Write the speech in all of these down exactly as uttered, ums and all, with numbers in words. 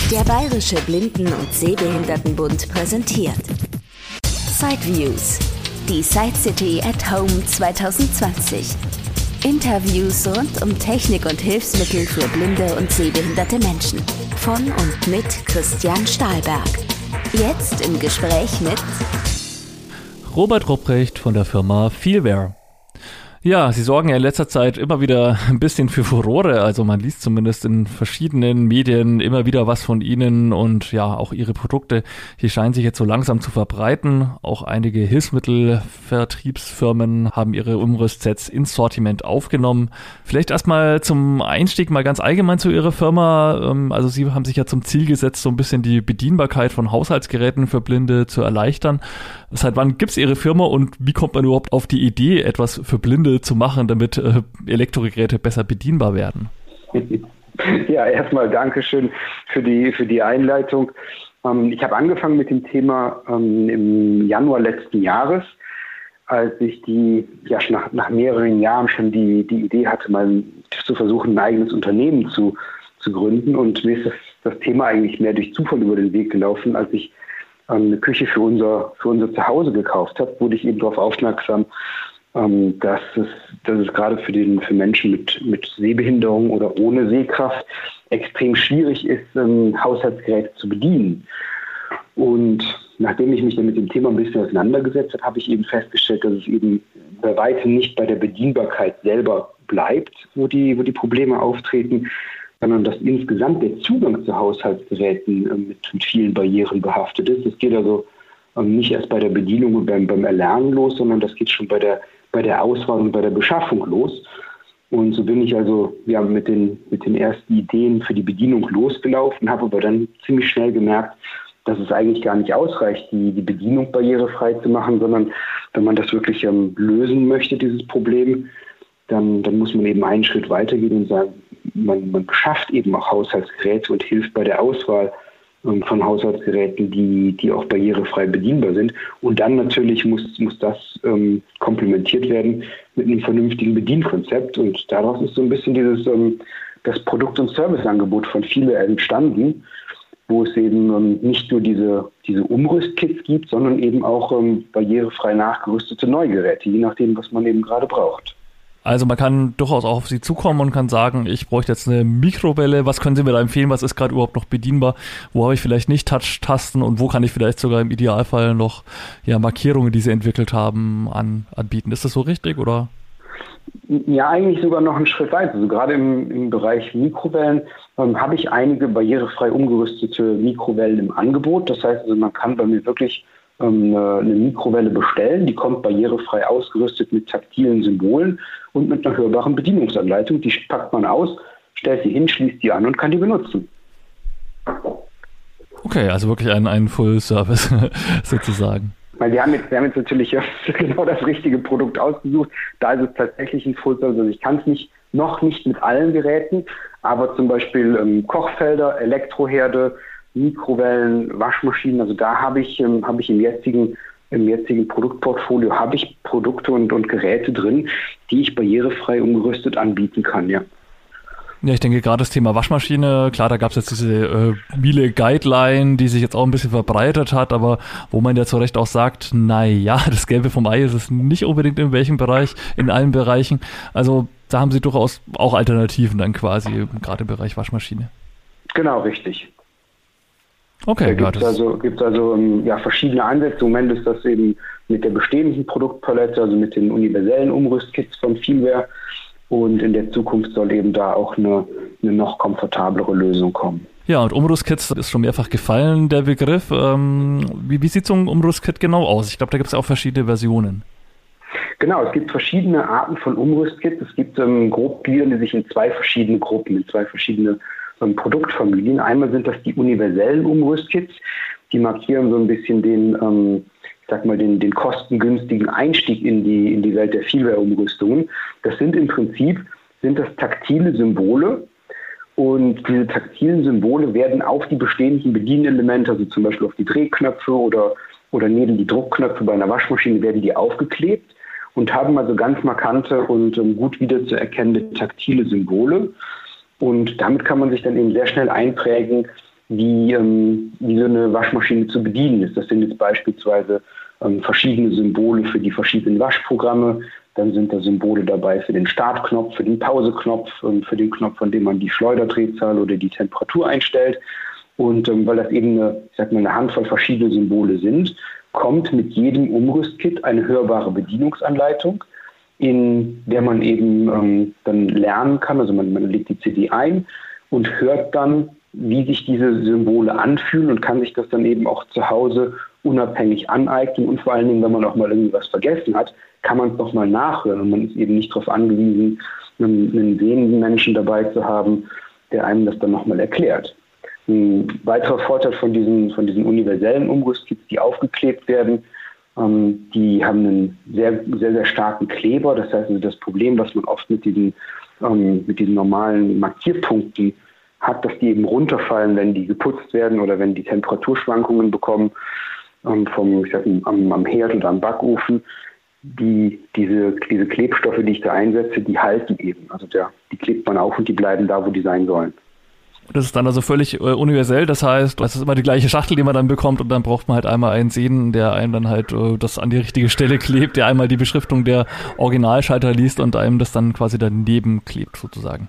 Der Bayerische Blinden- und Sehbehindertenbund präsentiert Sideviews, die Side City at Home zwanzig zwanzig. Interviews rund um Technik und Hilfsmittel für blinde und sehbehinderte Menschen. Von und mit Christian Stahlberg. Jetzt im Gespräch mit Robert Rupprecht von der Firma Feelware. Ja, sie sorgen ja in letzter Zeit immer wieder ein bisschen für Furore, also man liest zumindest in verschiedenen Medien immer wieder was von ihnen und ja, auch ihre Produkte, die scheinen sich jetzt so langsam zu verbreiten. Auch einige Hilfsmittelvertriebsfirmen haben ihre Umrüstsets ins Sortiment aufgenommen. Vielleicht erstmal zum Einstieg mal ganz allgemein zu Ihrer Firma. Also Sie haben sich ja zum Ziel gesetzt, so ein bisschen die Bedienbarkeit von Haushaltsgeräten für Blinde zu erleichtern. Seit wann gibt es Ihre Firma und wie kommt man überhaupt auf die Idee, etwas für Blinde zu machen, damit äh, Elektrogeräte besser bedienbar werden? Ja, erstmal Dankeschön für die, für die Einleitung. Ähm, ich habe angefangen mit dem Thema ähm, im Januar letzten Jahres, als ich die, ja, nach, nach mehreren Jahren schon die, die Idee hatte, mal zu versuchen, ein eigenes Unternehmen zu, zu gründen. Und mir ist das, das Thema eigentlich mehr durch Zufall über den Weg gelaufen. Als ich ähm, eine Küche für unser, für unser Zuhause gekauft habe, wurde ich eben darauf aufmerksam, dass es, dass es gerade für, den, für Menschen mit, mit Sehbehinderung oder ohne Sehkraft extrem schwierig ist, ähm, Haushaltsgeräte zu bedienen. Und nachdem ich mich dann mit dem Thema ein bisschen auseinandergesetzt habe, habe ich eben festgestellt, dass es eben bei weitem nicht bei der Bedienbarkeit selber bleibt, wo die, wo die Probleme auftreten, sondern dass insgesamt der Zugang zu Haushaltsgeräten äh, mit, mit vielen Barrieren behaftet ist. Das geht also ähm, nicht erst bei der Bedienung und beim, beim Erlernen los, sondern das geht schon bei der bei der Auswahl und bei der Beschaffung los. Und so bin ich also ja, mit, den, mit den ersten Ideen für die Bedienung losgelaufen, habe aber dann ziemlich schnell gemerkt, dass es eigentlich gar nicht ausreicht, die, die Bedienung barrierefrei zu machen, sondern wenn man das wirklich ähm, lösen möchte, dieses Problem, dann, dann muss man eben einen Schritt weitergehen und sagen, man, man beschafft eben auch Haushaltsgeräte und hilft bei der Auswahl von Haushaltsgeräten, die, die auch barrierefrei bedienbar sind. Und dann natürlich muss, muss das ähm, komplementiert werden mit einem vernünftigen Bedienkonzept. Und daraus ist so ein bisschen dieses ähm, das Produkt- und Serviceangebot von Feelware entstanden, wo es eben ähm, nicht nur diese, diese Umrüstkits gibt, sondern eben auch ähm, barrierefrei nachgerüstete Neugeräte, je nachdem, was man eben gerade braucht. Also man kann durchaus auch auf Sie zukommen und kann sagen, ich bräuchte jetzt eine Mikrowelle, was können Sie mir da empfehlen, was ist gerade überhaupt noch bedienbar, wo habe ich vielleicht nicht Touch-Tasten und wo kann ich vielleicht sogar im Idealfall noch ja, Markierungen, die Sie entwickelt haben, an, anbieten. Ist das so richtig oder? Ja, eigentlich sogar noch einen Schritt weiter. Also gerade im, im Bereich Mikrowellen ähm, habe ich einige barrierefrei umgerüstete Mikrowellen im Angebot. Das heißt also, man kann bei mir wirklich ähm, eine, eine Mikrowelle bestellen, die kommt barrierefrei ausgerüstet mit taktilen Symbolen und mit einer hörbaren Bedienungsanleitung. Die packt man aus, stellt sie hin, schließt die an und kann die benutzen. Okay, also wirklich ein, ein Full-Service sozusagen. Weil wir haben jetzt, wir haben jetzt natürlich genau das richtige Produkt ausgesucht. Da ist es tatsächlich ein Full-Service. Also ich kann es nicht, noch nicht mit allen Geräten, aber zum Beispiel ähm, Kochfelder, Elektroherde, Mikrowellen, Waschmaschinen. Also da habe ich, ähm, habe ich im jetzigen Im jetzigen Produktportfolio habe ich Produkte und, und Geräte drin, die ich barrierefrei umgerüstet anbieten kann, ja. Ja, ich denke gerade das Thema Waschmaschine, klar, da gab es jetzt diese äh, Miele Guideline, die sich jetzt auch ein bisschen verbreitet hat, aber wo man ja zu Recht auch sagt, naja, das Gelbe vom Ei ist es nicht unbedingt in welchem Bereich, in allen Bereichen. Also da haben Sie durchaus auch Alternativen dann quasi, gerade im Bereich Waschmaschine. Genau, richtig. Okay, da gibt es also, gibt's also um, ja, verschiedene Ansätze. Im Moment ist das eben mit der bestehenden Produktpalette, also mit den universellen Umrüstkits von Feelware. Und in der Zukunft soll eben da auch eine, eine noch komfortablere Lösung kommen. Ja, und Umrüstkits ist schon mehrfach gefallen, der Begriff. Ähm, wie, wie sieht so ein Umrüstkit genau aus? Ich glaube, da gibt es auch verschiedene Versionen. Genau, es gibt verschiedene Arten von Umrüstkits. Es gibt ähm, grob gliedern die sich in zwei verschiedene Gruppen, in zwei verschiedene ähm, Produktfamilien. Einmal sind das die universellen Umrüstkits. Die markieren so ein bisschen den, ähm, ich sag mal, den, den kostengünstigen Einstieg in die, in die Welt der Feelware-Umrüstungen. Das sind im Prinzip, sind das taktile Symbole. Und diese taktilen Symbole werden auf die bestehenden Bedienelemente, also zum Beispiel auf die Drehknöpfe oder, oder neben die Druckknöpfe bei einer Waschmaschine, werden die aufgeklebt und haben also ganz markante und um, gut wiederzuerkennende taktile Symbole. Und damit kann man sich dann eben sehr schnell einprägen, wie, ähm, wie so eine Waschmaschine zu bedienen ist. Das sind jetzt beispielsweise ähm, verschiedene Symbole für die verschiedenen Waschprogramme. Dann sind da Symbole dabei für den Startknopf, für den Pauseknopf, ähm, für den Knopf, von dem man die Schleuderdrehzahl oder die Temperatur einstellt. Und ähm, weil das eben eine, ich sag mal, eine Handvoll verschiedene Symbole sind, kommt mit jedem Umrüstkit eine hörbare Bedienungsanleitung, in der man eben ähm, dann lernen kann. Also man, man legt die C D ein und hört dann, wie sich diese Symbole anfühlen und kann sich das dann eben auch zu Hause unabhängig aneignen. Und vor allen Dingen, wenn man auch mal irgendwie was vergessen hat, kann man es nochmal nachhören. Und man ist eben nicht darauf angewiesen, einen, einen sehenden Menschen dabei zu haben, der einem das dann nochmal erklärt. Ein weiterer Vorteil von diesen, von diesen universellen Umrüstkits, die aufgeklebt werden, ähm, die haben einen sehr, sehr, sehr starken Kleber. Das heißt, also das Problem, was man oft mit diesen, ähm, mit diesen normalen Markierpunkten hat, dass die eben runterfallen, wenn die geputzt werden oder wenn die Temperaturschwankungen bekommen ähm, vom, ich sag, am, am Herd oder am Backofen. Die, diese, diese Klebstoffe, die ich da einsetze, die halten eben. Also der, die klebt man auf und die bleiben da, wo die sein sollen. Das ist dann also völlig äh, universell, das heißt, es ist immer die gleiche Schachtel, die man dann bekommt und dann braucht man halt einmal einen Sehnen, der einem dann halt äh, das an die richtige Stelle klebt, der einmal die Beschriftung der Originalschalter liest und einem das dann quasi daneben klebt sozusagen.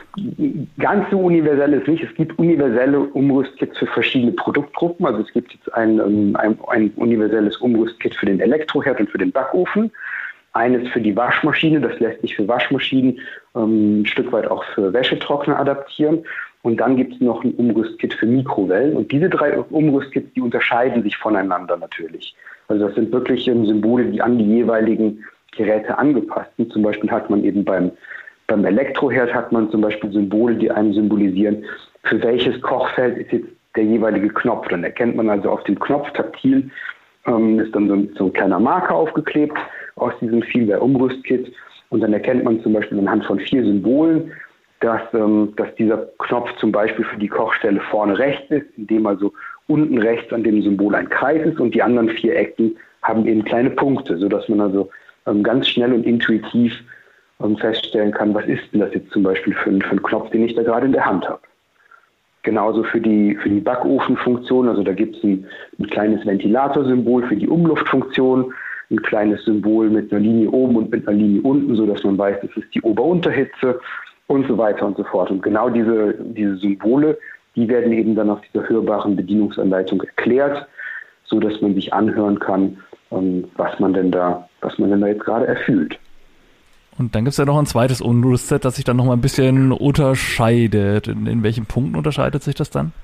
Ganz so universell ist nicht. Es gibt universelle Umrüstkits für verschiedene Produktgruppen. Also es gibt jetzt ein, ein, ein universelles Umrüstkit für den Elektroherd und für den Backofen. Eines für die Waschmaschine, das lässt sich für Waschmaschinen ähm, ein Stück weit auch für Wäschetrockner adaptieren. Und dann gibt es noch ein Umrüstkit für Mikrowellen. Und diese drei Umrüstkits, die unterscheiden sich voneinander natürlich. Also das sind wirklich ähm, Symbole, die an die jeweiligen Geräte angepasst sind. Zum Beispiel hat man eben beim, beim Elektroherd hat man zum Beispiel Symbole, die einem symbolisieren, für welches Kochfeld ist jetzt der jeweilige Knopf. Dann erkennt man also auf dem Knopf taktil, ähm, ist dann so ein, so ein kleiner Marker aufgeklebt aus diesem Feelware-Umrüstkit. Und dann erkennt man zum Beispiel anhand von vier Symbolen, dass, ähm, dass dieser Knopf zum Beispiel für die Kochstelle vorne rechts ist, indem also unten rechts an dem Symbol ein Kreis ist und die anderen vier Ecken haben eben kleine Punkte, sodass man also ähm, ganz schnell und intuitiv ähm, feststellen kann, was ist denn das jetzt zum Beispiel für ein, für ein Knopf, den ich da gerade in der Hand habe. Genauso für die, für die Backofenfunktion, also da gibt es ein, ein kleines Ventilatorsymbol für die Umluftfunktion, ein kleines Symbol mit einer Linie oben und mit einer Linie unten, sodass man weiß, das ist die Ober-Unterhitze und so weiter und so fort. Und genau diese, diese Symbole, die werden eben dann auf dieser hörbaren Bedienungsanleitung erklärt, sodass man sich anhören kann, was man denn da, was man denn da jetzt gerade erfüllt. Und dann gibt es ja noch ein zweites Umrüstkit, das sich dann noch mal ein bisschen unterscheidet. In, in welchen Punkten unterscheidet sich das dann?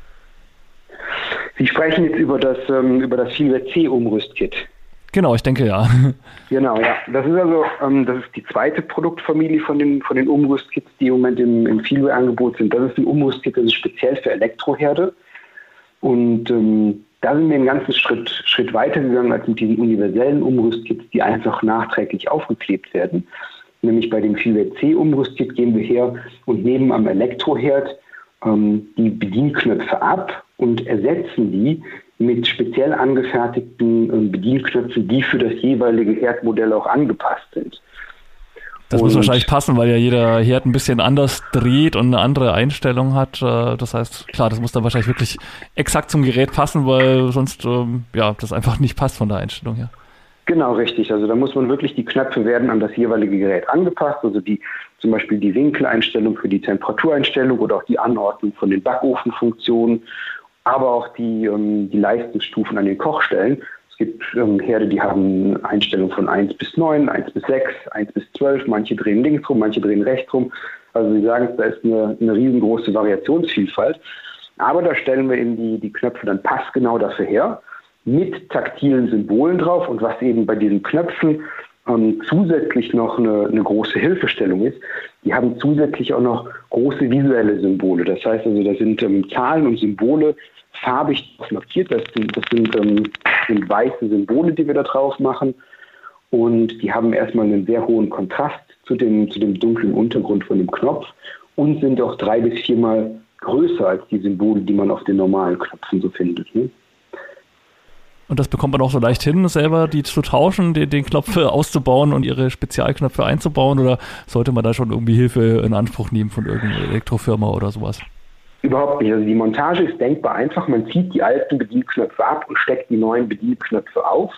Sie sprechen jetzt über das, ähm, über das Feelware C-Umrüstkit. Genau, ich denke ja. Genau, ja. Das ist also ähm, das ist die zweite Produktfamilie von den, von den Umrüstkits, die im Moment im, im Feelware-Angebot sind. Das ist ein Umrüstkit, das ist speziell für Elektroherde. Und ähm, da sind wir einen ganzen Schritt, Schritt weiter gegangen als mit diesen universellen Umrüstkits, die einfach nachträglich aufgeklebt werden. Nämlich bei dem Feelware C-Umrüstkit gehen wir her und nehmen am Elektroherd ähm, die Bedienknöpfe ab und ersetzen die mit speziell angefertigten ähm, Bedienknöpfen, die für das jeweilige Herdmodell auch angepasst sind. Das und muss wahrscheinlich passen, weil ja jeder Herd ein bisschen anders dreht und eine andere Einstellung hat. Das heißt, klar, das muss dann wahrscheinlich wirklich exakt zum Gerät passen, weil sonst ähm, ja das einfach nicht passt von der Einstellung her. Genau, richtig. Also da muss man wirklich, die Knöpfe werden an das jeweilige Gerät angepasst. Also die zum Beispiel die Winkeleinstellung für die Temperatureinstellung oder auch die Anordnung von den Backofenfunktionen, aber auch die, ähm, die Leistungsstufen an den Kochstellen. Es gibt ähm, Herde, die haben Einstellungen von eins bis neun, eins bis sechs, eins bis zwölf. Manche drehen links rum, manche drehen rechts rum. Also Sie sagen, da ist eine, eine riesengroße Variationsvielfalt. Aber da stellen wir eben die, die Knöpfe dann passgenau dafür her, mit taktilen Symbolen drauf. Und was eben bei diesen Knöpfen ähm, zusätzlich noch eine, eine große Hilfestellung ist, die haben zusätzlich auch noch große visuelle Symbole. Das heißt also, da sind ähm, Zahlen und Symbole farbig markiert. Das sind, das sind, ähm, sind weiße Symbole, die wir da drauf machen. Und die haben erstmal einen sehr hohen Kontrast zu dem, zu dem dunklen Untergrund von dem Knopf und sind auch drei bis viermal größer als die Symbole, die man auf den normalen Knöpfen so findet. Ne? Und das bekommt man auch so leicht hin, selber die zu tauschen, den, den Knopf auszubauen und ihre Spezialknöpfe einzubauen? Oder sollte man da schon irgendwie Hilfe in Anspruch nehmen von irgendeiner Elektrofirma oder sowas? Überhaupt nicht. Also die Montage ist denkbar einfach. Man zieht die alten Bedienknöpfe ab und steckt die neuen Bedienknöpfe auf.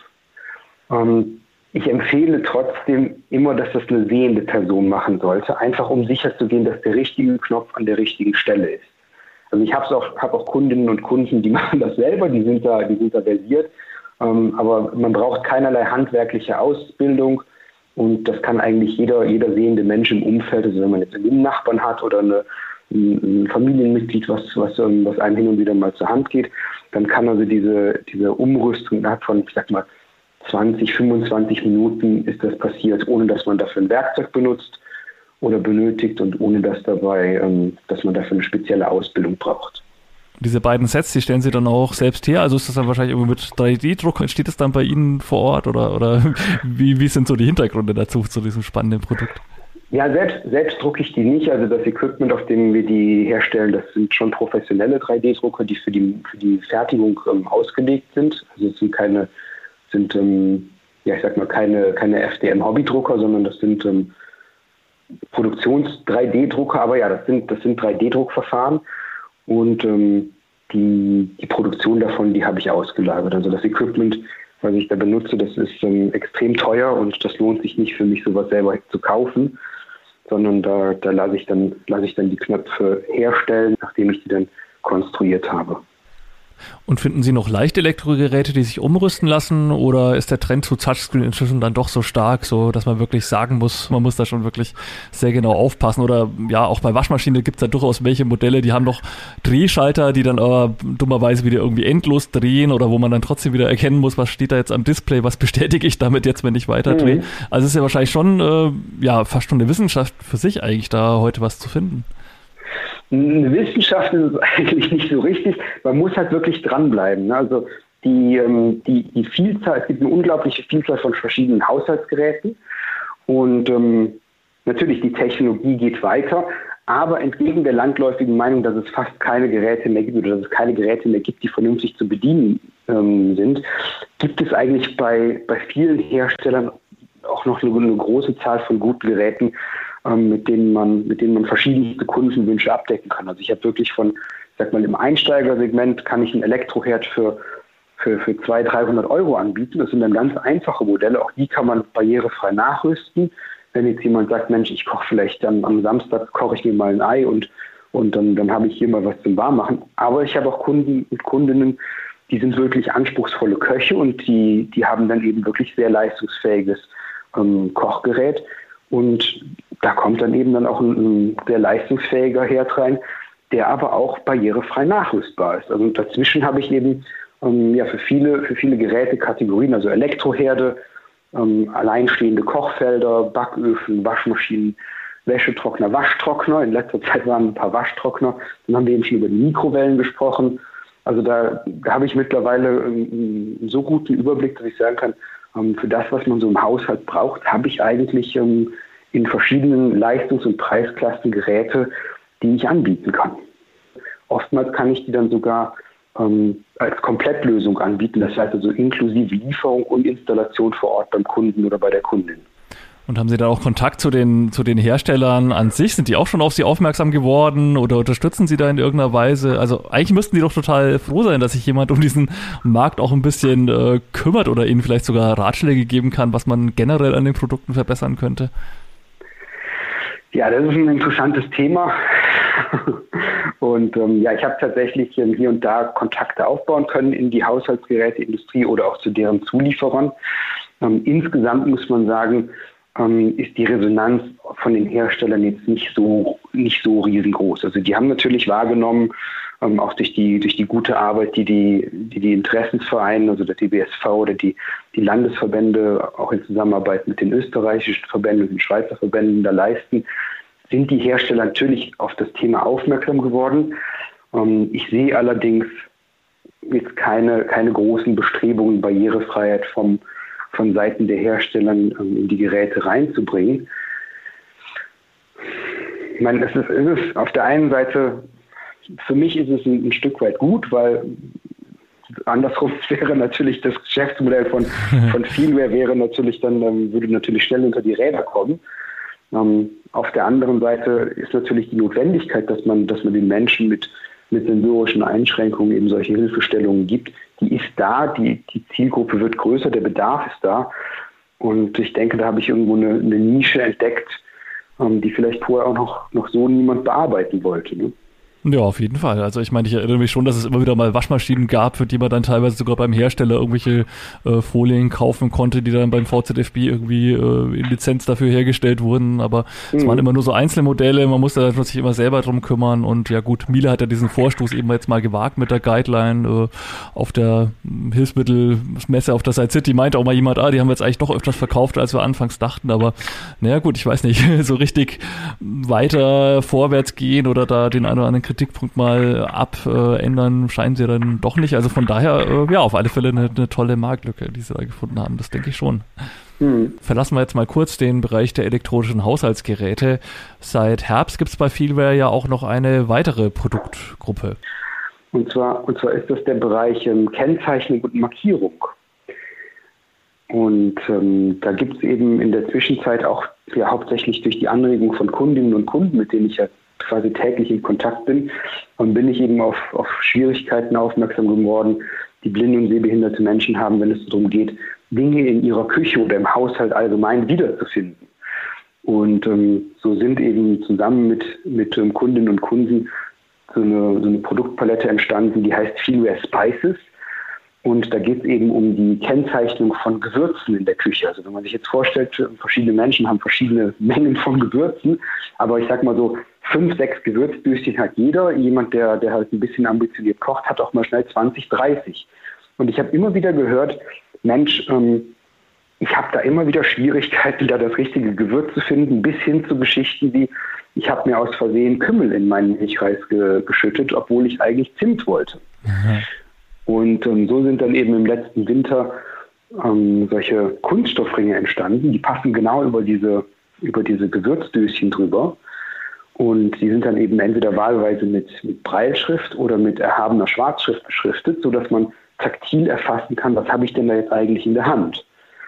Ähm, ich empfehle trotzdem immer, dass das eine sehende Person machen sollte, einfach um sicherzugehen, dass der richtige Knopf an der richtigen Stelle ist. Also ich habe auch, hab auch Kundinnen und Kunden, die machen das selber, die sind da, die sind da versiert. Ähm, aber man braucht keinerlei handwerkliche Ausbildung. Und das kann eigentlich jeder, jeder sehende Mensch im Umfeld, also wenn man jetzt einen Nachbarn hat oder eine, ein Familienmitglied, was, was, was einem hin und wieder mal zur Hand geht, dann kann also diese, diese Umrüstung innerhalb von, ich sag mal, zwanzig, fünfundzwanzig Minuten ist das passiert, ohne dass man dafür ein Werkzeug benutzt oder benötigt und ohne dass dabei, dass man dafür eine spezielle Ausbildung braucht. Diese beiden Sets, die stellen Sie dann auch selbst her? Also ist das dann wahrscheinlich irgendwie mit drei D-Druck? Steht das dann bei Ihnen vor Ort oder, oder wie, wie sind so die Hintergründe dazu, zu diesem spannenden Produkt? Ja, selbst, selbst drucke ich die nicht. Also das Equipment, auf dem wir die herstellen, das sind schon professionelle drei D-Drucker, die für die, für die Fertigung ähm, ausgelegt sind. Also es sind keine, sind, ähm, ja, ich sag mal, keine, keine F D M-Hobbydrucker, sondern das sind ähm, Produktions-drei D-Drucker. Aber ja, das sind, das sind drei D-Druckverfahren. Und ähm, die, die Produktion davon, die habe ich ausgelagert. Also das Equipment, was ich da benutze, das ist ähm, extrem teuer und das lohnt sich nicht für mich, sowas selber zu kaufen, sondern da, da lasse ich dann, lasse ich dann die Knöpfe herstellen, nachdem ich die dann konstruiert habe. Und finden Sie noch leichte Elektrogeräte, die sich umrüsten lassen, oder ist der Trend zu Touchscreen inzwischen dann doch so stark, so dass man wirklich sagen muss, man muss da schon wirklich sehr genau aufpassen? Oder ja, auch bei Waschmaschinen gibt es da durchaus welche Modelle, die haben noch Drehschalter, die dann aber dummerweise wieder irgendwie endlos drehen oder wo man dann trotzdem wieder erkennen muss, was steht da jetzt am Display, was bestätige ich damit jetzt, wenn ich weiter drehe. Mhm. Also es ist ja wahrscheinlich schon äh, ja fast schon eine Wissenschaft für sich eigentlich, da heute was zu finden. Eine Wissenschaft ist es eigentlich nicht so richtig. Man muss halt wirklich dranbleiben. Also die, die, die Vielzahl, es gibt eine unglaubliche Vielzahl von verschiedenen Haushaltsgeräten. Und ähm, natürlich, die Technologie geht weiter. Aber entgegen der landläufigen Meinung, dass es fast keine Geräte mehr gibt oder dass es keine Geräte mehr gibt, die vernünftig zu bedienen ähm, sind, gibt es eigentlich bei, bei vielen Herstellern auch noch eine, eine große Zahl von guten Geräten, mit denen man, mit denen man verschiedenste Kundenwünsche abdecken kann. Also ich habe wirklich von, sag mal, im Einsteigersegment kann ich einen Elektroherd für, für, für zweihundert, dreihundert Euro anbieten. Das sind dann ganz einfache Modelle. Auch die kann man barrierefrei nachrüsten. Wenn jetzt jemand sagt, Mensch, ich koche vielleicht dann am Samstag, koche ich mir mal ein Ei und, und dann, dann habe ich hier mal was zum Warmmachen. Aber ich habe auch Kunden und Kundinnen, die sind wirklich anspruchsvolle Köche und die, die haben dann eben wirklich sehr leistungsfähiges ähm, Kochgerät. Und da kommt dann eben dann auch ein, ein sehr leistungsfähiger Herd rein, der aber auch barrierefrei nachrüstbar ist. Also dazwischen habe ich eben ähm, ja für viele, für viele Gerätekategorien, also Elektroherde, ähm, alleinstehende Kochfelder, Backöfen, Waschmaschinen, Wäschetrockner, Waschtrockner. In letzter Zeit waren ein paar Waschtrockner. Dann haben wir eben schon über die Mikrowellen gesprochen. Also da, da habe ich mittlerweile einen, einen so guten Überblick, dass ich sagen kann, für das, was man so im Haushalt braucht, habe ich eigentlich ähm, in verschiedenen Leistungs- und Preisklassen Geräte, die ich anbieten kann. Oftmals kann ich die dann sogar ähm, als Komplettlösung anbieten, das heißt also inklusive Lieferung und Installation vor Ort beim Kunden oder bei der Kundin. Und haben Sie da auch Kontakt zu den, zu den Herstellern an sich? Sind die auch schon auf Sie aufmerksam geworden oder unterstützen Sie da in irgendeiner Weise? Also eigentlich müssten die doch total froh sein, dass sich jemand um diesen Markt auch ein bisschen äh, kümmert oder Ihnen vielleicht sogar Ratschläge geben kann, was man generell an den Produkten verbessern könnte. Ja, das ist ein interessantes Thema. Und ähm, ja, ich habe tatsächlich ähm, hier und da Kontakte aufbauen können in die Haushaltsgeräteindustrie oder auch zu deren Zulieferern. Ähm, insgesamt muss man sagen, ist die Resonanz von den Herstellern jetzt nicht so nicht so riesengroß. Also die haben natürlich wahrgenommen, ähm, auch durch die durch die gute Arbeit, die die die, die Interessensvereine, also der D B S V oder die die Landesverbände auch in Zusammenarbeit mit den österreichischen Verbänden und den Schweizer Verbänden da leisten, sind die Hersteller natürlich auf das Thema aufmerksam geworden. Ähm, ich sehe allerdings jetzt keine keine großen Bestrebungen, Barrierefreiheit vom von Seiten der Hersteller in die Geräte reinzubringen. Ich meine, es ist, es ist auf der einen Seite, für mich ist es ein, ein Stück weit gut, weil andersrum wäre natürlich das Geschäftsmodell von, von Feelware wäre natürlich dann, würde natürlich schnell unter die Räder kommen. Ähm, auf der anderen Seite ist natürlich die Notwendigkeit, dass man, dass man den Menschen mit, mit sensorischen Einschränkungen eben solche Hilfestellungen gibt. Die ist da, die, die Zielgruppe wird größer, der Bedarf ist da. Und ich denke, da habe ich irgendwo eine, eine Nische entdeckt, ähm, die vielleicht vorher auch noch, noch so niemand bearbeiten wollte. Ne? Ja, auf jeden Fall. Also ich meine, ich erinnere mich schon, dass es immer wieder mal Waschmaschinen gab, für die man dann teilweise sogar beim Hersteller irgendwelche äh, Folien kaufen konnte, die dann beim V Z F B irgendwie äh, in Lizenz dafür hergestellt wurden. Aber es mhm. waren immer nur so Einzelmodelle, man musste dann sich immer selber drum kümmern. Und ja gut, Miele hat ja diesen Vorstoß eben jetzt mal gewagt mit der Guideline äh, auf der Hilfsmittelmesse auf der Side City. Meinte auch mal jemand, ah, die haben wir jetzt eigentlich doch öfters verkauft, als wir anfangs dachten. Aber naja gut, ich weiß nicht, so richtig weiter vorwärts gehen oder da den einen oder anderen Kritikpunkt mal abändern, äh, scheinen sie dann doch nicht. Also von daher, äh, ja, auf alle Fälle eine, eine tolle Marktlücke, die sie da gefunden haben. Das denke ich schon. Mhm. Verlassen wir jetzt mal kurz den Bereich der elektronischen Haushaltsgeräte. Seit Herbst gibt es bei Feelware ja auch noch eine weitere Produktgruppe. Und zwar, und zwar ist das der Bereich ähm, Kennzeichnung und Markierung. Und ähm, da gibt es eben in der Zwischenzeit auch ja, hauptsächlich durch die Anregung von Kundinnen und Kunden, mit denen ich ja quasi täglich in Kontakt bin, und bin ich eben auf, auf Schwierigkeiten aufmerksam geworden, die blinde und sehbehinderte Menschen haben, wenn es darum geht, Dinge in ihrer Küche oder im Haushalt allgemein wiederzufinden. Und ähm, so sind eben zusammen mit, mit ähm, Kundinnen und Kunden so eine, so eine Produktpalette entstanden, die heißt Feelware Spices. Und da geht es eben um die Kennzeichnung von Gewürzen in der Küche. Also wenn man sich jetzt vorstellt, verschiedene Menschen haben verschiedene Mengen von Gewürzen, aber ich sag mal so, fünf, sechs Gewürzdöschen hat jeder. Jemand, der, der halt ein bisschen ambitioniert kocht, hat auch mal schnell zwanzig, dreißig. Und ich habe immer wieder gehört, Mensch, ähm, ich habe da immer wieder Schwierigkeiten, da das richtige Gewürz zu finden, bis hin zu Geschichten wie, ich habe mir aus Versehen Kümmel in meinen Milchreis ge- geschüttet, obwohl ich eigentlich Zimt wollte. Mhm. Und ähm, so sind dann eben im letzten Winter ähm, solche Kunststoffringe entstanden, die passen genau über diese, über diese Gewürzdöschen drüber. Und die sind dann eben entweder wahlweise mit, mit Brailleschrift oder mit erhabener Schwarzschrift beschriftet, sodass man taktil erfassen kann, was habe ich denn da jetzt eigentlich in der Hand.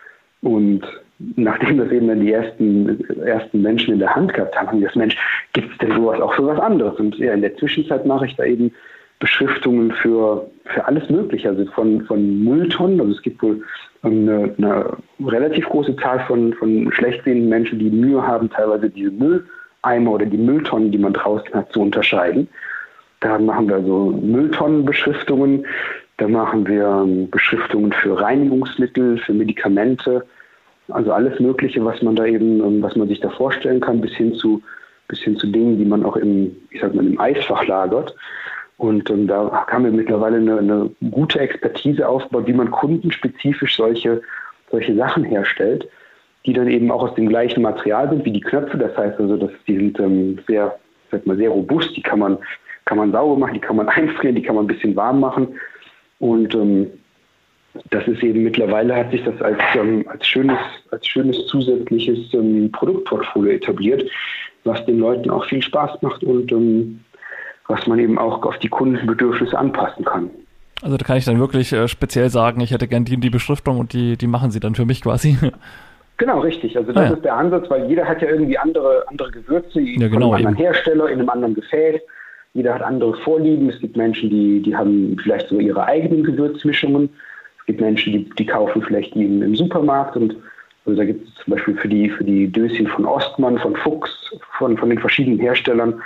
Und nachdem das eben dann die ersten, ersten Menschen in der Hand gehabt haben, haben die gesagt, Mensch, gibt es denn sowas auch für was anderes? Und ja, in der Zwischenzeit mache ich da eben Beschriftungen für, für alles Mögliche, also von, von Mülltonnen. Also es gibt wohl eine, eine relativ große Zahl von, von schlecht sehenden Menschen, die Mühe haben, teilweise diese Mülleimer oder die Mülltonnen, die man draußen hat, zu unterscheiden. Da machen wir also Mülltonnenbeschriftungen, da machen wir Beschriftungen für Reinigungsmittel, für Medikamente, also alles Mögliche, was man da eben, was man sich da vorstellen kann, bis hin zu, bis hin zu Dingen, die man auch im, ich sag mal, im Eisfach lagert. Und ähm, da haben wir mittlerweile eine, eine gute Expertise aufgebaut, wie man kundenspezifisch solche, solche Sachen herstellt, die dann eben auch aus dem gleichen Material sind wie die Knöpfe. Das heißt also, dass die sind ähm, sehr, sag mal, sehr robust, die kann man, kann man sauber machen, die kann man einfrieren, die kann man ein bisschen warm machen. Und ähm, das ist eben mittlerweile, hat sich das als, ähm, als, schönes, als schönes zusätzliches ähm, Produktportfolio etabliert, was den Leuten auch viel Spaß macht und ähm, was man eben auch auf die Kundenbedürfnisse anpassen kann. Also da kann ich dann wirklich äh, speziell sagen, ich hätte gern die, die Beschriftung und die, die machen sie dann für mich quasi. Genau, richtig. Also das ah, ja. ist der Ansatz, weil jeder hat ja irgendwie andere, andere Gewürze, ja, genau, von einem anderen eben. Hersteller, in einem anderen Gefäß. Jeder hat andere Vorlieben. Es gibt Menschen, die, die haben vielleicht so ihre eigenen Gewürzmischungen. Es gibt Menschen, die, die kaufen vielleicht die im, im Supermarkt. Und also da gibt es zum Beispiel für die, für die Döschen von Ostmann, von Fuchs, von, von den verschiedenen Herstellern,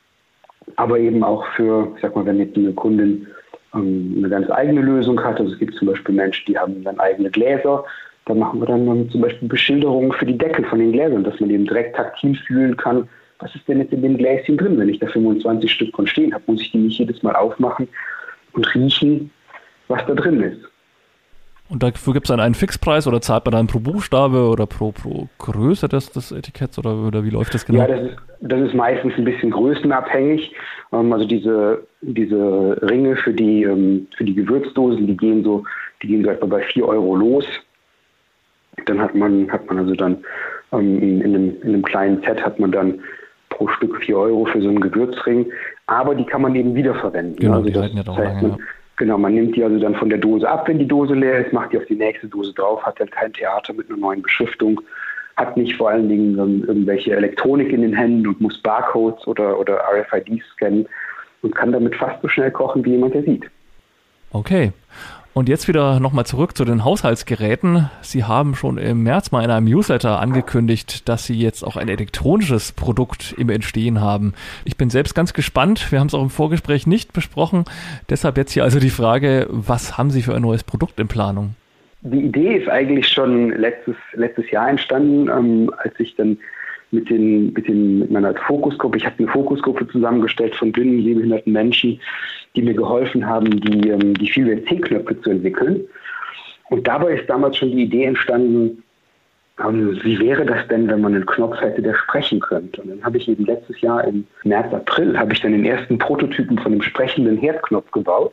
aber eben auch für, ich sag mal, wenn jetzt eine Kundin ähm, eine ganz eigene Lösung hat. Also es gibt zum Beispiel Menschen, die haben dann eigene Gläser. Da machen wir dann um, zum Beispiel Beschilderungen für die Deckel von den Gläsern, dass man eben direkt taktil fühlen kann, was ist denn jetzt in dem Gläschen drin? Wenn ich da fünfundzwanzig Stück von stehen habe, muss ich die nicht jedes Mal aufmachen und riechen, was da drin ist. Und dafür gibt es dann einen Fixpreis oder zahlt man dann pro Buchstabe oder pro, pro Größe des, des Etiketts oder, oder wie läuft das genau? Ja, das ist, das ist meistens ein bisschen größenabhängig. Ähm, also diese, diese Ringe für die, ähm, für die Gewürzdosen, die gehen so, die gehen so etwa bei vier Euro los. Dann hat man, hat man also dann ähm, in, in, einem, in einem kleinen Set hat man dann pro Stück vier Euro für so einen Gewürzring. Aber die kann man eben wiederverwenden. Genau, also die das, halten ja doch das heißt, lange, man, ja. Genau, man nimmt die also dann von der Dose ab, wenn die Dose leer ist, macht die auf die nächste Dose drauf, hat dann kein Theater mit einer neuen Beschriftung, hat nicht vor allen Dingen um, irgendwelche Elektronik in den Händen und muss Barcodes oder, oder R F I Ds scannen. und kann damit fast so schnell kochen, wie jemand, der sieht. Okay. Und jetzt wieder nochmal zurück zu den Haushaltsgeräten. Sie haben schon im März mal in einem Newsletter angekündigt, dass Sie jetzt auch ein elektronisches Produkt im Entstehen haben. Ich bin selbst ganz gespannt. Wir haben es auch im Vorgespräch nicht besprochen. Deshalb jetzt hier also die Frage, was haben Sie für ein neues Produkt in Planung? Die Idee ist eigentlich schon letztes, letztes Jahr entstanden, ähm, als ich dann mit, den, mit, den, mit meiner Fokusgruppe, ich habe eine Fokusgruppe zusammengestellt von blinden, sehbehinderten Menschen, die mir geholfen haben, die, ähm, die Feelware-C-Knöpfe zu entwickeln. Und dabei ist damals schon die Idee entstanden, ähm, wie wäre das denn, wenn man einen Knopf hätte, der sprechen könnte. Und dann habe ich eben letztes Jahr im März, April, habe ich dann den ersten Prototypen von einem sprechenden Herdknopf gebaut.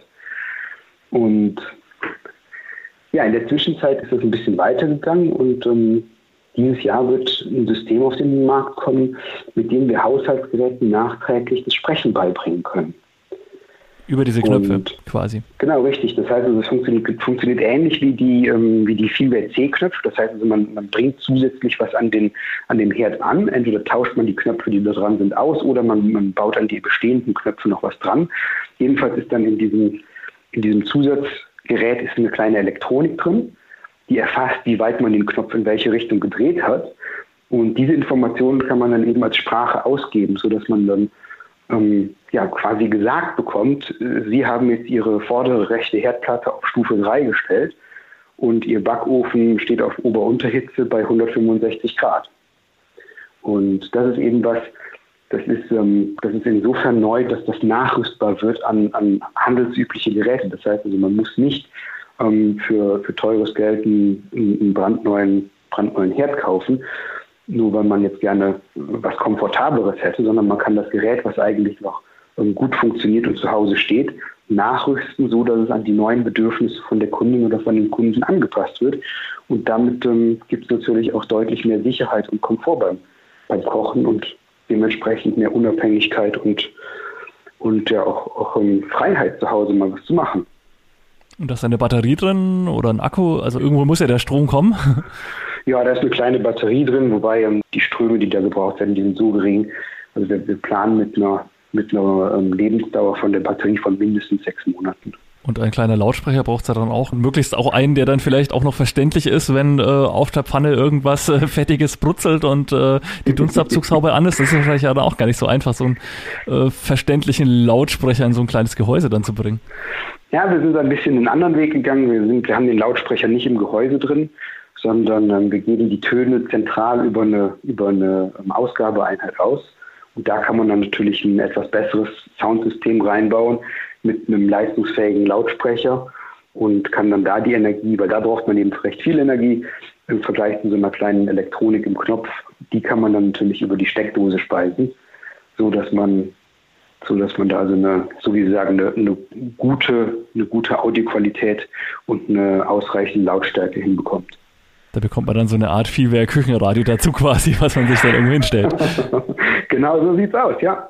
Und ja, in der Zwischenzeit ist es ein bisschen weitergegangen und ähm, dieses Jahr wird ein System auf den Markt kommen, mit dem wir Haushaltsgeräten nachträglich das Sprechen beibringen können. Über diese Knöpfe und, quasi. Genau, richtig. Das heißt, also, es funktioniert, funktioniert ähnlich wie die, ähm, wie die Feelware-C-Knöpfe. Das heißt, also, man, man bringt zusätzlich was an den, an den Herd an. Entweder tauscht man die Knöpfe, die da dran sind, aus, oder man, man baut an die bestehenden Knöpfe noch was dran. Jedenfalls ist dann in diesem, in diesem Zusatzgerät ist eine kleine Elektronik drin, die erfasst, wie weit man den Knopf in welche Richtung gedreht hat. Und diese Informationen kann man dann eben als Sprache ausgeben, sodass man dann ähm, ja, quasi gesagt bekommt, Sie haben jetzt Ihre vordere rechte Herdplatte auf Stufe drei gestellt und Ihr Backofen steht auf Ober-Unterhitze bei hundertfünfundsechzig Grad. Und das ist eben was, das ist, ähm, das ist insofern neu, dass das nachrüstbar wird an, an handelsübliche Geräte. Das heißt also, man muss nicht ähm, für, für teures Geld einen, einen brandneuen, brandneuen Herd kaufen, nur weil man jetzt gerne was Komfortableres hätte, sondern man kann das Gerät, was eigentlich noch ähm, gut funktioniert und zu Hause steht, nachrüsten, so dass es an die neuen Bedürfnisse von der Kundin oder von den Kunden angepasst wird. Und damit ähm, gibt es natürlich auch deutlich mehr Sicherheit und Komfort beim, beim Kochen und dementsprechend mehr Unabhängigkeit und, und ja auch, auch um Freiheit zu Hause mal was zu machen. Und da ist eine Batterie drin oder ein Akku? Also irgendwo muss ja der Strom kommen. Ja, da ist eine kleine Batterie drin, wobei ähm, die Ströme, die da gebraucht werden, die sind so gering. Also wir, wir planen mit einer, mit einer ähm, Lebensdauer von der Batterie von mindestens sechs Monaten. Und ein kleiner Lautsprecher braucht es ja dann auch. Und möglichst auch einen, der dann vielleicht auch noch verständlich ist, wenn äh, auf der Pfanne irgendwas äh, Fettiges brutzelt und äh, die Dunstabzugshaube an ist. Das ist wahrscheinlich ja dann auch gar nicht so einfach, so einen äh, verständlichen Lautsprecher in so ein kleines Gehäuse dann zu bringen. Ja, wir sind ein bisschen einen anderen Weg gegangen. Wir, sind, wir haben den Lautsprecher nicht im Gehäuse drin, sondern ähm, wir geben die Töne zentral über eine, über eine ähm, Ausgabeeinheit aus. Und da kann man dann natürlich ein etwas besseres Soundsystem reinbauen mit einem leistungsfähigen Lautsprecher und kann dann da die Energie, weil da braucht man eben recht viel Energie im Vergleich zu so einer kleinen Elektronik im Knopf, die kann man dann natürlich über die Steckdose speisen, so dass man, so dass man da also eine, so wie Sie sagen, eine, eine gute, eine gute Audioqualität und eine ausreichende Lautstärke hinbekommt. Da bekommt man dann so eine Art Feelware-Küchenradio dazu quasi, was man sich dann irgendwo hinstellt. Genau so sieht's aus, ja.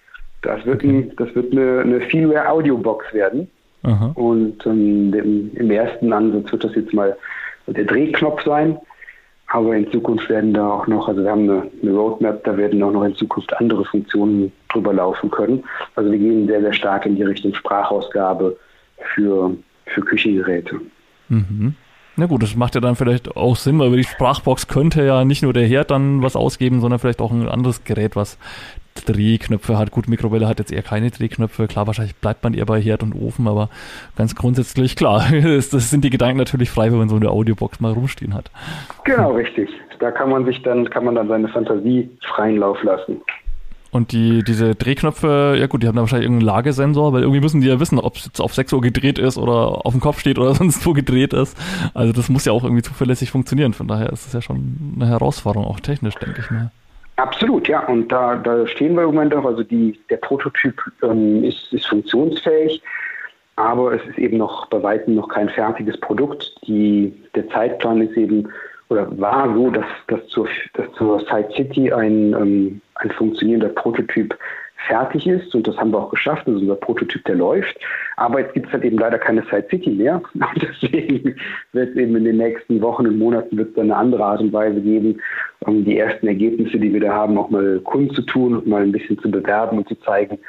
Das wird, ein, das wird eine, eine Feelware-Audiobox werden. Aha. Und ähm, im, im ersten Ansatz wird das jetzt mal der Drehknopf sein. Aber in Zukunft werden da auch noch, also wir haben eine, eine Roadmap, da werden auch noch in Zukunft andere Funktionen drüber laufen können. Also wir gehen sehr, sehr stark in die Richtung Sprachausgabe für, für Küchengeräte. Mhm. Na gut, das macht ja dann vielleicht auch Sinn, weil über die Sprachbox könnte ja nicht nur der Herd dann was ausgeben, sondern vielleicht auch ein anderes Gerät, was Drehknöpfe hat. Gut, Mikrowelle hat jetzt eher keine Drehknöpfe. Klar, wahrscheinlich bleibt man eher bei Herd und Ofen, aber ganz grundsätzlich, klar, das sind die Gedanken natürlich frei, wenn man so eine Audiobox mal rumstehen hat. Genau, richtig. Da kann man sich dann, kann man dann seine Fantasie freien Lauf lassen. Und die, diese Drehknöpfe, ja gut, die haben da wahrscheinlich irgendeinen Lagesensor, weil irgendwie müssen die ja wissen, ob es jetzt auf sechs Uhr gedreht ist oder auf dem Kopf steht oder sonst wo gedreht ist. Also das muss ja auch irgendwie zuverlässig funktionieren. Von daher ist das ja schon eine Herausforderung, auch technisch, denke ich mal. Absolut, ja. Und da, da stehen wir im Moment auch. Also die, der Prototyp ähm, ist, ist funktionsfähig, aber es ist eben noch bei weitem noch kein fertiges Produkt. Die, der Zeitplan ist eben oder war so, dass, dass, zur, dass zur Side City ein, ähm, ein funktionierender Prototyp fertig ist und das haben wir auch geschafft. Das ist unser Prototyp, der läuft. Aber jetzt gibt es halt eben leider keine Side City mehr. Und deswegen wird es eben in den nächsten Wochen und Monaten wird es dann eine andere Art und Weise geben, um die ersten Ergebnisse, die wir da haben, auch mal kundzutun und mal ein bisschen zu bewerben und zu zeigen,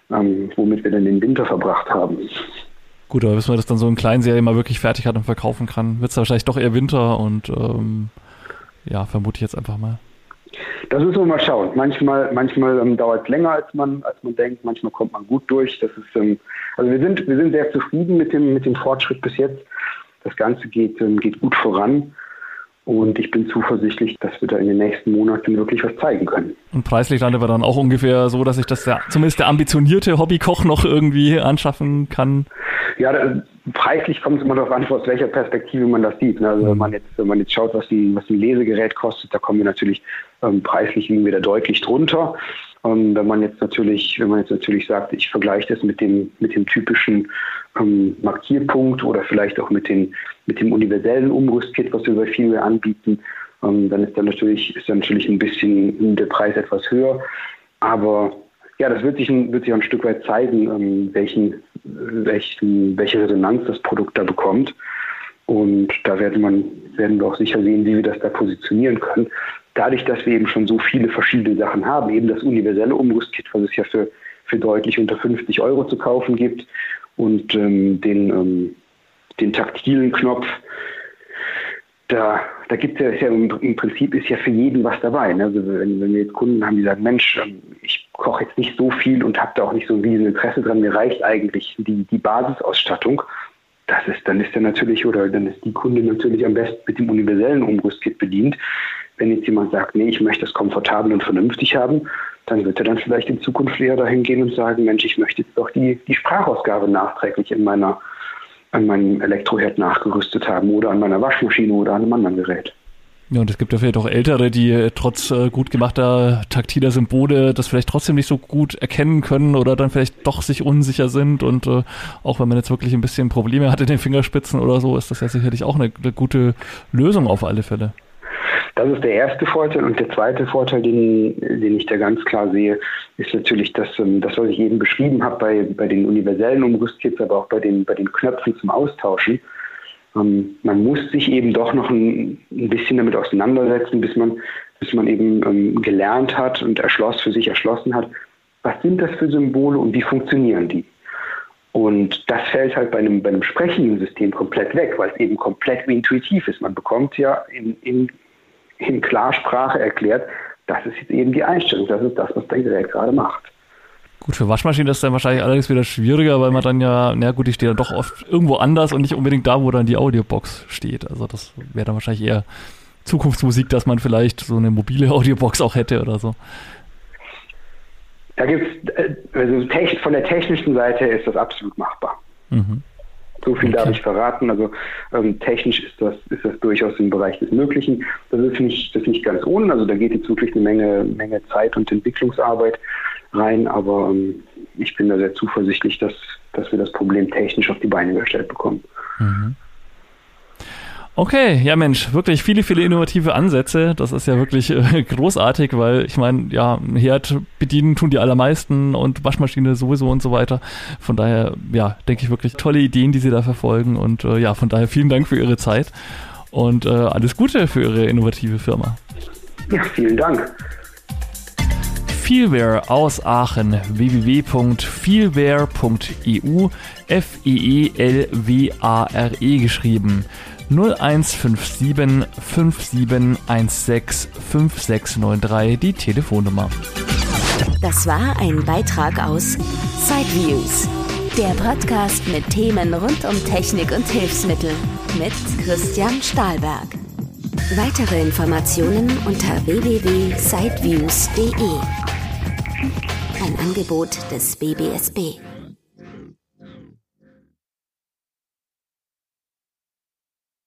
ähm, womit wir dann den Winter verbracht haben. Gut, aber bis man das dann so in Kleinserie mal wirklich fertig hat und verkaufen kann, wird es wahrscheinlich doch eher Winter und ähm, ja, vermute ich jetzt einfach mal. Das müssen wir mal schauen. Manchmal, manchmal ähm, dauert es länger, als man, als man denkt. Manchmal kommt man gut durch. Das ist, ähm, also wir sind, wir sind sehr zufrieden mit dem, mit dem Fortschritt bis jetzt. Das Ganze geht, ähm, geht gut voran. Und ich bin zuversichtlich, dass wir da in den nächsten Monaten wirklich was zeigen können. Und preislich landen wir dann auch ungefähr so, dass ich das der, zumindest der ambitionierte Hobbykoch noch irgendwie anschaffen kann? Ja, da, preislich kommt es immer darauf an, aus welcher Perspektive man das sieht. Also wenn man jetzt, wenn man jetzt schaut, was ein, was ein Lesegerät kostet, da kommen wir natürlich ähm, preislich liegen wir da deutlich drunter. Und wenn man jetzt natürlich, wenn man jetzt natürlich sagt, ich vergleiche das mit dem, mit dem typischen ähm, Markierpunkt oder vielleicht auch mit den, mit dem universellen Umrüstkit, was wir bei Feelware anbieten, ähm, dann ist dann natürlich, ist dann natürlich ein bisschen der Preis etwas höher. Aber ja, das wird sich ein, wird sich auch ein Stück weit zeigen, ähm, welchen, welchen, welche Resonanz das Produkt da bekommt. Und da werden, man, werden wir auch sicher sehen, wie wir das da positionieren können. Dadurch, dass wir eben schon so viele verschiedene Sachen haben, eben das universelle Umrüstkit, was es ja für, für deutlich unter fünfzig Euro zu kaufen gibt, und ähm, den, ähm, den taktilen Knopf, da, da gibt es ja, ja im, im Prinzip ist ja für jeden was dabei. Ne? Also wenn, wenn wir jetzt Kunden haben, die sagen, Mensch, ich koche jetzt nicht so viel und habe da auch nicht so ein riesen Interesse dran, mir reicht eigentlich die, die Basisausstattung. Das ist, dann ist er natürlich, oder dann ist die Kunde natürlich am besten mit dem universellen Umrüstkit bedient. Wenn jetzt jemand sagt, nee, ich möchte das komfortabel und vernünftig haben, dann wird er dann vielleicht in Zukunft eher dahin gehen und sagen, Mensch, ich möchte jetzt doch die, die Sprachausgabe nachträglich in meiner, an meinem Elektroherd nachgerüstet haben oder an meiner Waschmaschine oder an einem anderen Gerät. Ja, und es gibt ja vielleicht auch Ältere, die trotz äh, gut gemachter taktiler Symbole das vielleicht trotzdem nicht so gut erkennen können oder dann vielleicht doch sich unsicher sind. Und äh, auch wenn man jetzt wirklich ein bisschen Probleme hat in den Fingerspitzen oder so, ist das ja sicherlich auch eine, eine gute Lösung auf alle Fälle. Das ist der erste Vorteil. Und der zweite Vorteil, den, den ich da ganz klar sehe, ist natürlich das, das was ich eben beschrieben habe bei, bei den universellen Umrüstkits, aber auch bei den, bei den Knöpfen zum Austauschen. Ähm, man muss sich eben doch noch ein, ein bisschen damit auseinandersetzen, bis man, bis man eben ähm, gelernt hat und erschloss, für sich erschlossen hat, was sind das für Symbole und wie funktionieren die? Und das fällt halt bei einem, bei einem sprechenden System komplett weg, weil es eben komplett intuitiv ist. Man bekommt ja in, in, in Klarsprache erklärt, das ist jetzt eben die Einstellung, das ist das, was dein Gerät gerade macht. Gut, für Waschmaschinen ist dann wahrscheinlich allerdings wieder schwieriger, weil man dann ja, na gut, die steht dann doch oft irgendwo anders und nicht unbedingt da, wo dann die Audiobox steht. Also das wäre dann wahrscheinlich eher Zukunftsmusik, dass man vielleicht so eine mobile Audiobox auch hätte oder so. Da gibt's, also von der technischen Seite ist das absolut machbar. Mhm. So viel okay. darf ich verraten. Also ähm, technisch ist das, ist das durchaus im Bereich des Möglichen. Das ist nicht, das ist nicht ganz ohne. Also da geht jetzt wirklich eine Menge, Menge Zeit und Entwicklungsarbeit rein. Aber ähm, ich bin da sehr zuversichtlich, dass, dass wir das Problem technisch auf die Beine gestellt bekommen. Mhm. Okay, ja Mensch, wirklich viele, viele innovative Ansätze. Das ist ja wirklich äh, großartig, weil ich meine, ja, ein Herd bedienen tun die allermeisten und Waschmaschine sowieso und so weiter. Von daher, ja, denke ich wirklich tolle Ideen, die Sie da verfolgen und äh, ja, von daher vielen Dank für Ihre Zeit und äh, alles Gute für Ihre innovative Firma. Ja, vielen Dank. Feelware aus Aachen, w w w punkt feelware punkt e u, F E E L W A R E geschrieben. null eins fünf sieben fünf sieben eins sechs fünf sechs neun drei die Telefonnummer. Das war ein Beitrag aus Sideviews, der Podcast mit Themen rund um Technik und Hilfsmittel mit Christian Stahlberg. Weitere Informationen unter w w w punkt sideviews punkt d e. Ein Angebot des B B S B.